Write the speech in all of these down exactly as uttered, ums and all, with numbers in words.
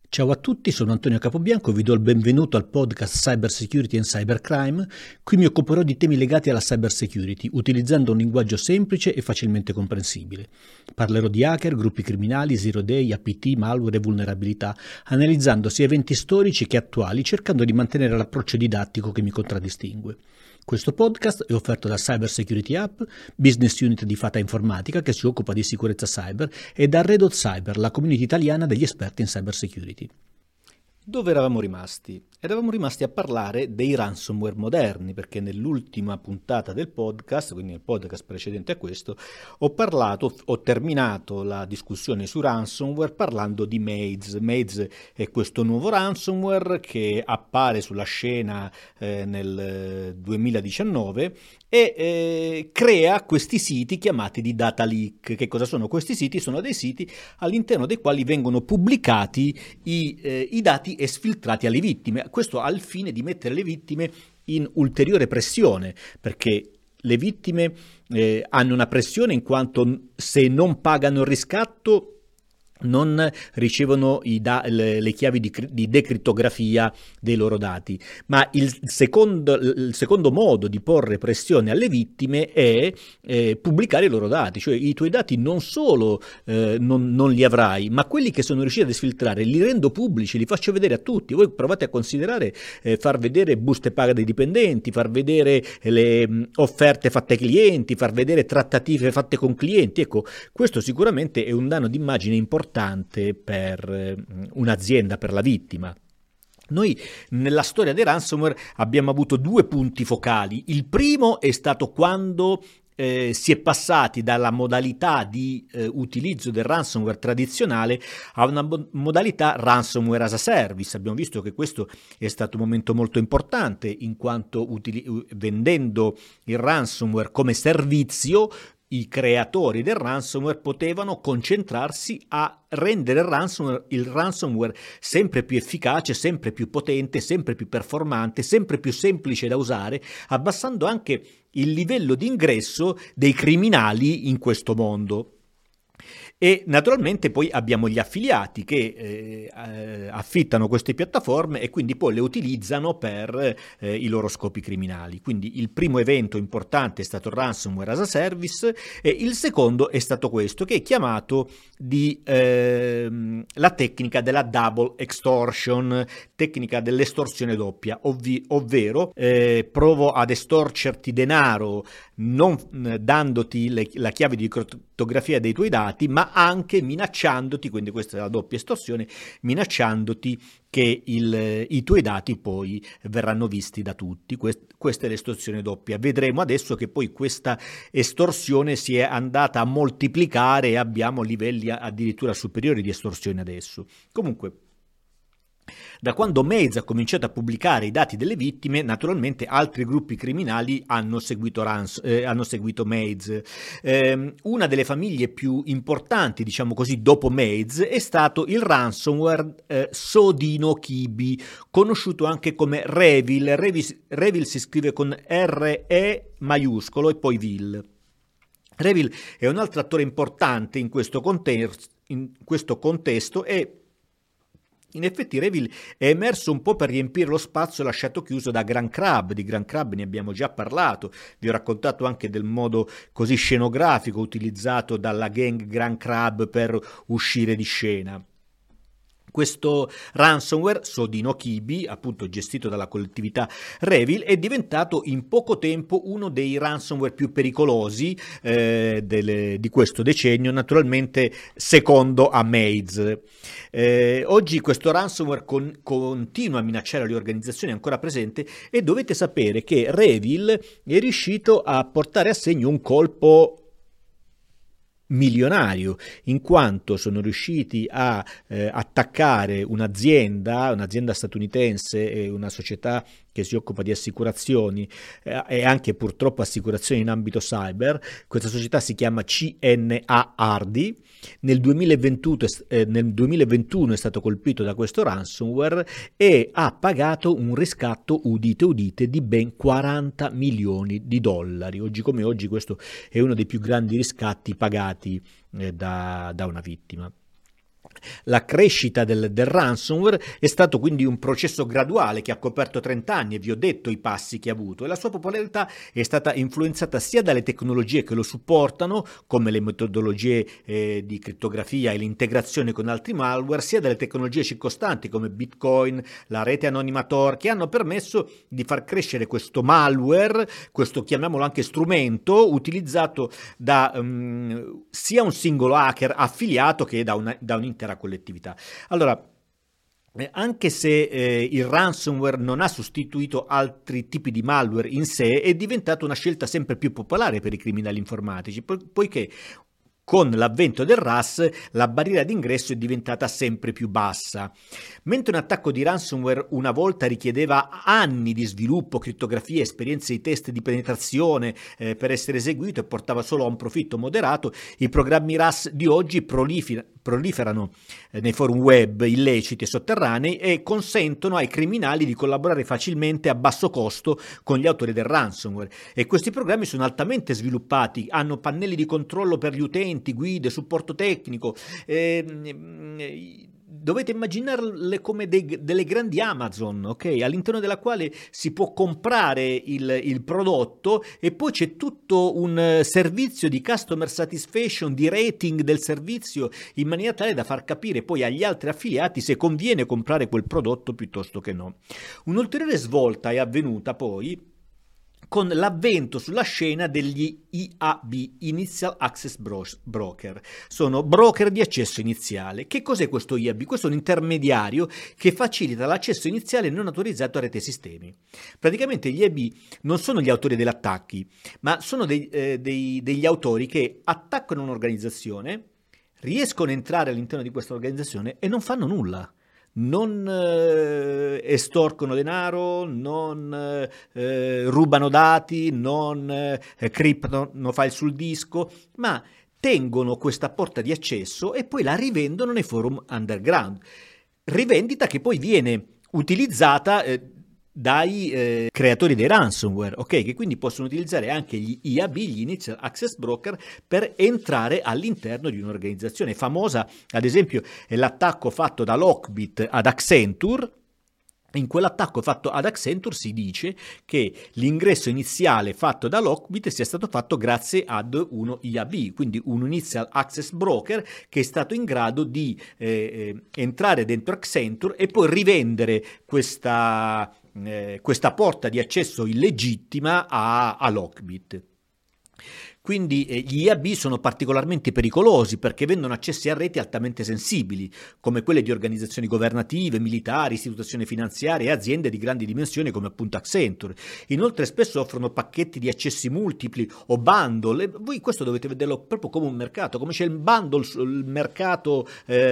Ciao a tutti, sono Antonio Capobianco e vi do il benvenuto al podcast Cyber Security and Cybercrime. Qui mi occuperò di temi legati alla cyber security, utilizzando un linguaggio semplice e facilmente comprensibile. Parlerò di hacker, gruppi criminali, zero day, A P T, malware e vulnerabilità, analizzando sia eventi storici che attuali, cercando di mantenere l'approccio didattico che mi contraddistingue. Questo podcast è offerto da Cyber Security Hub, business unit di Fata Informatica che si occupa di sicurezza cyber, e da Red Hot Cyber, la community italiana degli esperti in cyber security. Dove eravamo rimasti? Eravamo rimasti a parlare dei ransomware moderni, perché nell'ultima puntata del podcast, quindi nel podcast precedente a questo, ho parlato, ho terminato la discussione su ransomware parlando di Maze. Maze è questo nuovo ransomware che appare sulla scena eh, nel duemiladiciannove e eh, crea questi siti chiamati di data leak. Che cosa sono questi siti? Sono dei siti all'interno dei quali vengono pubblicati i, eh, i dati esfiltrati alle vittime. Questo al fine di mettere le vittime in ulteriore pressione, perché le vittime eh, hanno una pressione in quanto se non pagano il riscatto non ricevono i da- le, le chiavi di, di decrittografia dei loro dati. Ma il secondo, il secondo modo di porre pressione alle vittime è eh, pubblicare i loro dati, cioè i tuoi dati non solo eh, non, non li avrai, ma quelli che sono riusciti ad esfiltrare li rendo pubblici, li faccio vedere a tutti. Voi provate a considerare eh, far vedere buste paga dei dipendenti, far vedere le mh, offerte fatte ai clienti, far vedere trattative fatte con clienti. Ecco, questo sicuramente è un danno d'immagine importante per un'azienda, per la vittima. Noi nella storia dei ransomware abbiamo avuto due punti focali. Il primo è stato quando eh, si è passati dalla modalità di eh, utilizzo del ransomware tradizionale a una mo- modalità ransomware as a service. Abbiamo visto che questo è stato un momento molto importante, in quanto utili- vendendo il ransomware come servizio, i creatori del ransomware potevano concentrarsi a rendere il ransomware, il ransomware sempre più efficace, sempre più potente, sempre più performante, sempre più semplice da usare, abbassando anche il livello di ingresso dei criminali in questo mondo. E naturalmente poi abbiamo gli affiliati che eh, eh, affittano queste piattaforme e quindi poi le utilizzano per eh, i loro scopi criminali. Quindi il primo evento importante è stato il ransomware as a service e il secondo è stato questo, che è chiamato di eh, la tecnica della double extortion, tecnica dell'estorsione doppia, ovvi- ovvero eh, provo ad estorcerti denaro non eh, dandoti le, la chiave di crittografia dei tuoi dati, ma anche minacciandoti, quindi questa è la doppia estorsione, minacciandoti che il, i tuoi dati poi verranno visti da tutti. Quest, questa è l'estorsione doppia. Vedremo adesso che poi questa estorsione si è andata a moltiplicare e abbiamo livelli addirittura superiori di estorsione adesso. Comunque, da quando Maze ha cominciato a pubblicare i dati delle vittime, naturalmente altri gruppi criminali hanno seguito, Rans- eh, hanno seguito Maze. Eh, una delle famiglie più importanti, diciamo così, dopo Maze è stato il ransomware eh, Sodino Kibi, conosciuto anche come Revil. Revil. Revil si scrive con R E maiuscolo e poi Vil. Revil è un altro attore importante in questo, conter- in questo contesto e in effetti Revil è emerso un po' per riempire lo spazio lasciato chiuso da Grand Crab. Di Grand Crab ne abbiamo già parlato, vi ho raccontato anche del modo così scenografico utilizzato dalla gang Grand Crab per uscire di scena. Questo ransomware, Sodino Kibi, appunto gestito dalla collettività Revil, è diventato in poco tempo uno dei ransomware più pericolosi eh, delle, di questo decennio, naturalmente secondo a Maze. Eh, oggi questo ransomware con, continua a minacciare le organizzazioni ancora presenti e dovete sapere che Revil è riuscito a portare a segno un colpo milionario, in quanto sono riusciti a eh, attaccare un'azienda, un'azienda statunitense e una società che si occupa di assicurazioni eh, e anche purtroppo assicurazioni in ambito cyber. Questa società si chiama C N A Hardy. Nel duemilaventuno, eh, nel duemilaventuno è stato colpito da questo ransomware e ha pagato un riscatto, udite udite, di ben quaranta milioni di dollari. Oggi come oggi questo è uno dei più grandi riscatti pagati eh, da, da una vittima. La crescita del, del ransomware è stato quindi un processo graduale che ha coperto trenta anni, e vi ho detto i passi che ha avuto, e la sua popolarità è stata influenzata sia dalle tecnologie che lo supportano, come le metodologie eh, di crittografia e l'integrazione con altri malware, sia dalle tecnologie circostanti come Bitcoin, la rete anonima Tor, che hanno permesso di far crescere questo malware, questo chiamiamolo anche strumento, utilizzato da um, sia un singolo hacker affiliato che da, una, da un'intera collettività. Allora, eh, anche se eh, il ransomware non ha sostituito altri tipi di malware in sé, è diventata una scelta sempre più popolare per i criminali informatici, po- poiché con l'avvento del R A S la barriera d'ingresso è diventata sempre più bassa. Mentre un attacco di ransomware una volta richiedeva anni di sviluppo, crittografia, esperienze di test di penetrazione eh, per essere eseguito e portava solo a un profitto moderato, i programmi R A S di oggi prolifer- proliferano eh, nei forum web illeciti e sotterranei e consentono ai criminali di collaborare facilmente a basso costo con gli autori del ransomware. E questi programmi sono altamente sviluppati, hanno pannelli di controllo per gli utenti, guide, supporto tecnico. Eh, dovete immaginarle come dei, delle grandi Amazon, ok? All'interno della quale si può comprare il, il prodotto e poi c'è tutto un servizio di customer satisfaction, di rating del servizio, in maniera tale da far capire poi agli altri affiliati se conviene comprare quel prodotto piuttosto che no. Un'ulteriore svolta è avvenuta poi con l'avvento sulla scena degli I A B, Initial Access Broker. Sono broker di accesso iniziale. Che cos'è questo I A B? Questo è un intermediario che facilita l'accesso iniziale non autorizzato a rete sistemi. Praticamente gli I A B non sono gli autori degli attacchi, ma sono dei, eh, dei, degli autori che attaccano un'organizzazione, riescono a entrare all'interno di questa organizzazione e non fanno nulla. Non eh, estorcono denaro, non eh, rubano dati, non eh, criptano file sul disco, ma tengono questa porta di accesso e poi la rivendono nei forum underground. Rivendita che poi viene utilizzata eh, dai eh, creatori dei ransomware, ok? Che quindi possono utilizzare anche gli I A B, gli Initial Access Broker, per entrare all'interno di un'organizzazione. Famosa, ad esempio, è l'attacco fatto da Lockbit ad Accenture. In quell'attacco fatto ad Accenture si dice che l'ingresso iniziale fatto da Lockbit sia stato fatto grazie ad uno I A B, quindi un Initial Access Broker che è stato in grado di eh, entrare dentro Accenture e poi rivendere questa, eh, questa porta di accesso illegittima a, a Lockbit. Quindi eh, gli I A B sono particolarmente pericolosi perché vendono accessi a reti altamente sensibili, come quelle di organizzazioni governative, militari, istituzioni finanziarie e aziende di grandi dimensioni come appunto Accenture. Inoltre spesso offrono pacchetti di accessi multipli o bundle, e voi questo dovete vederlo proprio come un mercato, come c'è il bundle sul mercato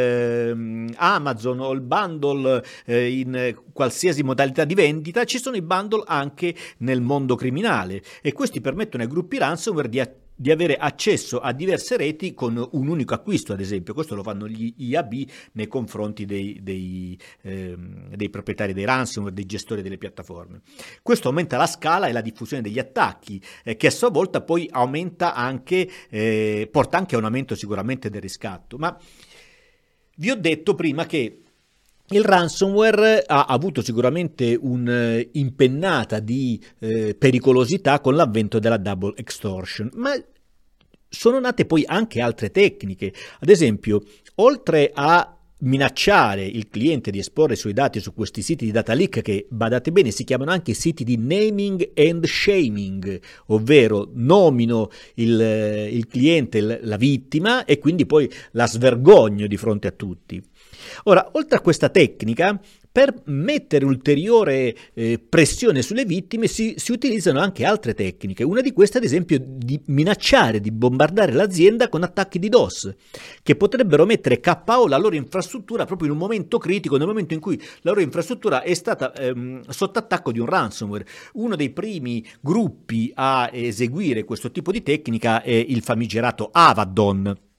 eh, Amazon o il bundle eh, in qualsiasi modalità di vendita, ci sono i bundle anche nel mondo criminale e questi permettono ai gruppi ransomware di di avere accesso a diverse reti con un unico acquisto, ad esempio. Questo lo fanno gli I A B nei confronti dei, dei, ehm, dei proprietari dei ransomware, dei gestori delle piattaforme. Questo aumenta la scala e la diffusione degli attacchi, eh, che a sua volta poi aumenta anche, eh, porta anche a un aumento sicuramente del riscatto. Ma vi ho detto prima che il ransomware ha avuto sicuramente un'impennata di eh, pericolosità con l'avvento della double extortion, ma sono nate poi anche altre tecniche. Ad esempio, oltre a minacciare il cliente di esporre i suoi dati su questi siti di data leak, che badate bene si chiamano anche siti di naming and shaming, ovvero nomino il, il cliente, la vittima, e quindi poi la svergogno di fronte a tutti. Ora, oltre a questa tecnica, per mettere ulteriore eh, pressione sulle vittime si, si utilizzano anche altre tecniche. Una di queste, ad esempio, di minacciare di bombardare l'azienda con attacchi di DOS, che potrebbero mettere K O la loro infrastruttura proprio in un momento critico, nel momento in cui la loro infrastruttura è stata ehm, sotto attacco di un ransomware. Uno dei primi gruppi a eseguire questo tipo di tecnica è il famigerato Avadon,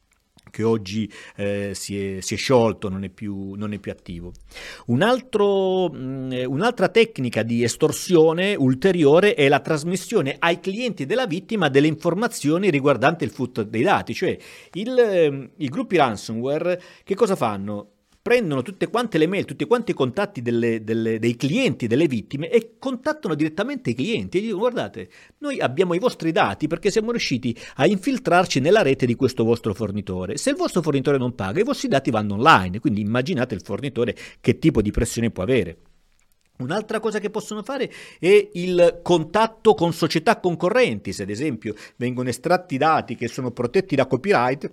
che oggi eh, si, è, si è sciolto, non è più, non è più attivo. Un altro, mh, un'altra tecnica di estorsione ulteriore è la trasmissione ai clienti della vittima delle informazioni riguardanti il furto dei dati, cioè il, i gruppi ransomware che cosa fanno? Prendono tutte quante le mail, tutti quanti i contatti delle, delle, dei clienti delle vittime e contattano direttamente i clienti e dicono: guardate, noi abbiamo i vostri dati perché siamo riusciti a infiltrarci nella rete di questo vostro fornitore. Se il vostro fornitore non paga, i vostri dati vanno online, quindi immaginate il fornitore che tipo di pressione può avere. Un'altra cosa che possono fare è il contatto con società concorrenti. Se ad esempio vengono estratti dati che sono protetti da copyright,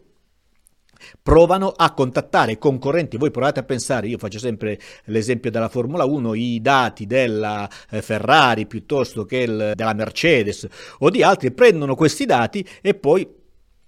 provano a contattare concorrenti. Voi provate a pensare, io faccio sempre l'esempio della Formula uno, i dati della Ferrari piuttosto che il, della Mercedes o di altri, prendono questi dati e poi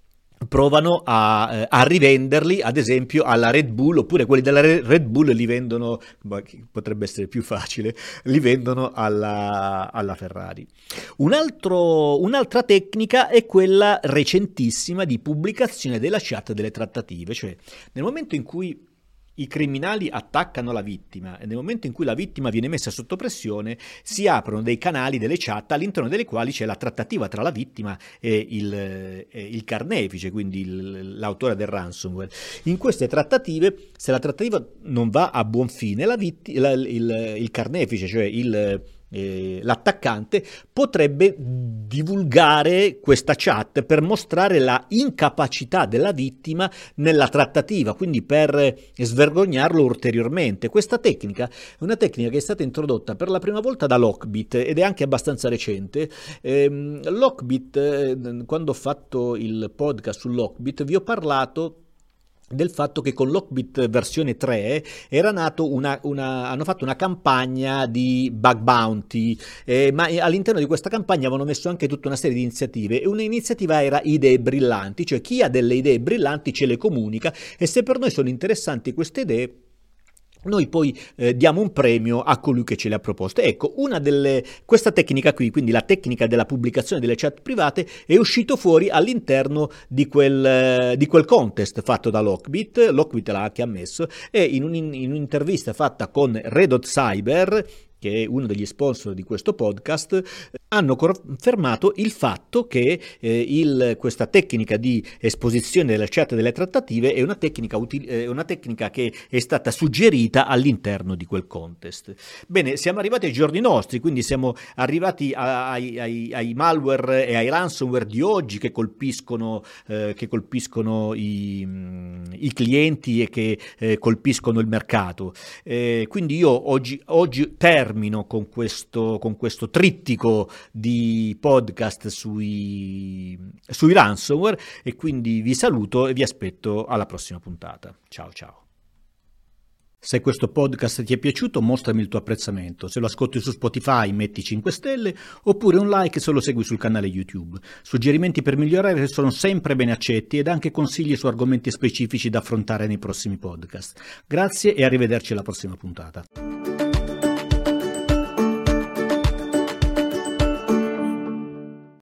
provano a, a rivenderli ad esempio alla Red Bull, oppure quelli della Red Bull li vendono, potrebbe essere più facile, li vendono alla, alla Ferrari. Un altro, un'altra tecnica è quella recentissima di pubblicazione della chat delle trattative, cioè nel momento in cui i criminali attaccano la vittima e nel momento in cui la vittima viene messa sotto pressione si aprono dei canali, delle chat all'interno delle quali c'è la trattativa tra la vittima e il, e il carnefice, quindi il, l'autore del ransomware. In queste trattative, se la trattativa non va a buon fine, la vitt- la, il, il carnefice, cioè il Eh, l'attaccante, potrebbe divulgare questa chat per mostrare la incapacità della vittima nella trattativa, quindi per svergognarlo ulteriormente. Questa tecnica è una tecnica che è stata introdotta per la prima volta da Lockbit ed è anche abbastanza recente. eh, Lockbit, eh, quando ho fatto il podcast su Lockbit vi ho parlato del fatto che con Lockbit versione tre era nato una, una, hanno fatto una campagna di bug bounty, eh, ma all'interno di questa campagna avevano messo anche tutta una serie di iniziative, e un'iniziativa era idee brillanti, cioè chi ha delle idee brillanti ce le comunica e se per noi sono interessanti queste idee noi poi eh, diamo un premio a colui che ce le ha proposte. Ecco, una delle, questa tecnica qui, quindi la tecnica della pubblicazione delle chat private, è uscito fuori all'interno di quel, eh, di quel contest fatto da Lockbit. Lockbit l'ha anche ammesso, e in, un, in un'intervista fatta con Red Hot Cyber, che è uno degli sponsor di questo podcast, hanno confermato il fatto che eh, il, questa tecnica di esposizione della chat delle trattative è una tecnica, util, è una tecnica che è stata suggerita all'interno di quel contest. Bene, siamo arrivati ai giorni nostri, quindi siamo arrivati a, ai, ai, ai malware e ai ransomware di oggi che colpiscono, eh, che colpiscono i, i clienti e che eh, colpiscono il mercato. Eh, quindi io oggi, oggi termino Termino con questo, con questo trittico di podcast sui, sui ransomware, e quindi vi saluto e vi aspetto alla prossima puntata. Ciao ciao. Se questo podcast ti è piaciuto, mostrami il tuo apprezzamento. Se lo ascolti su Spotify, metti cinque stelle, oppure un like se lo segui sul canale YouTube. Suggerimenti per migliorare sono sempre ben accetti, ed anche consigli su argomenti specifici da affrontare nei prossimi podcast. Grazie e arrivederci alla prossima puntata.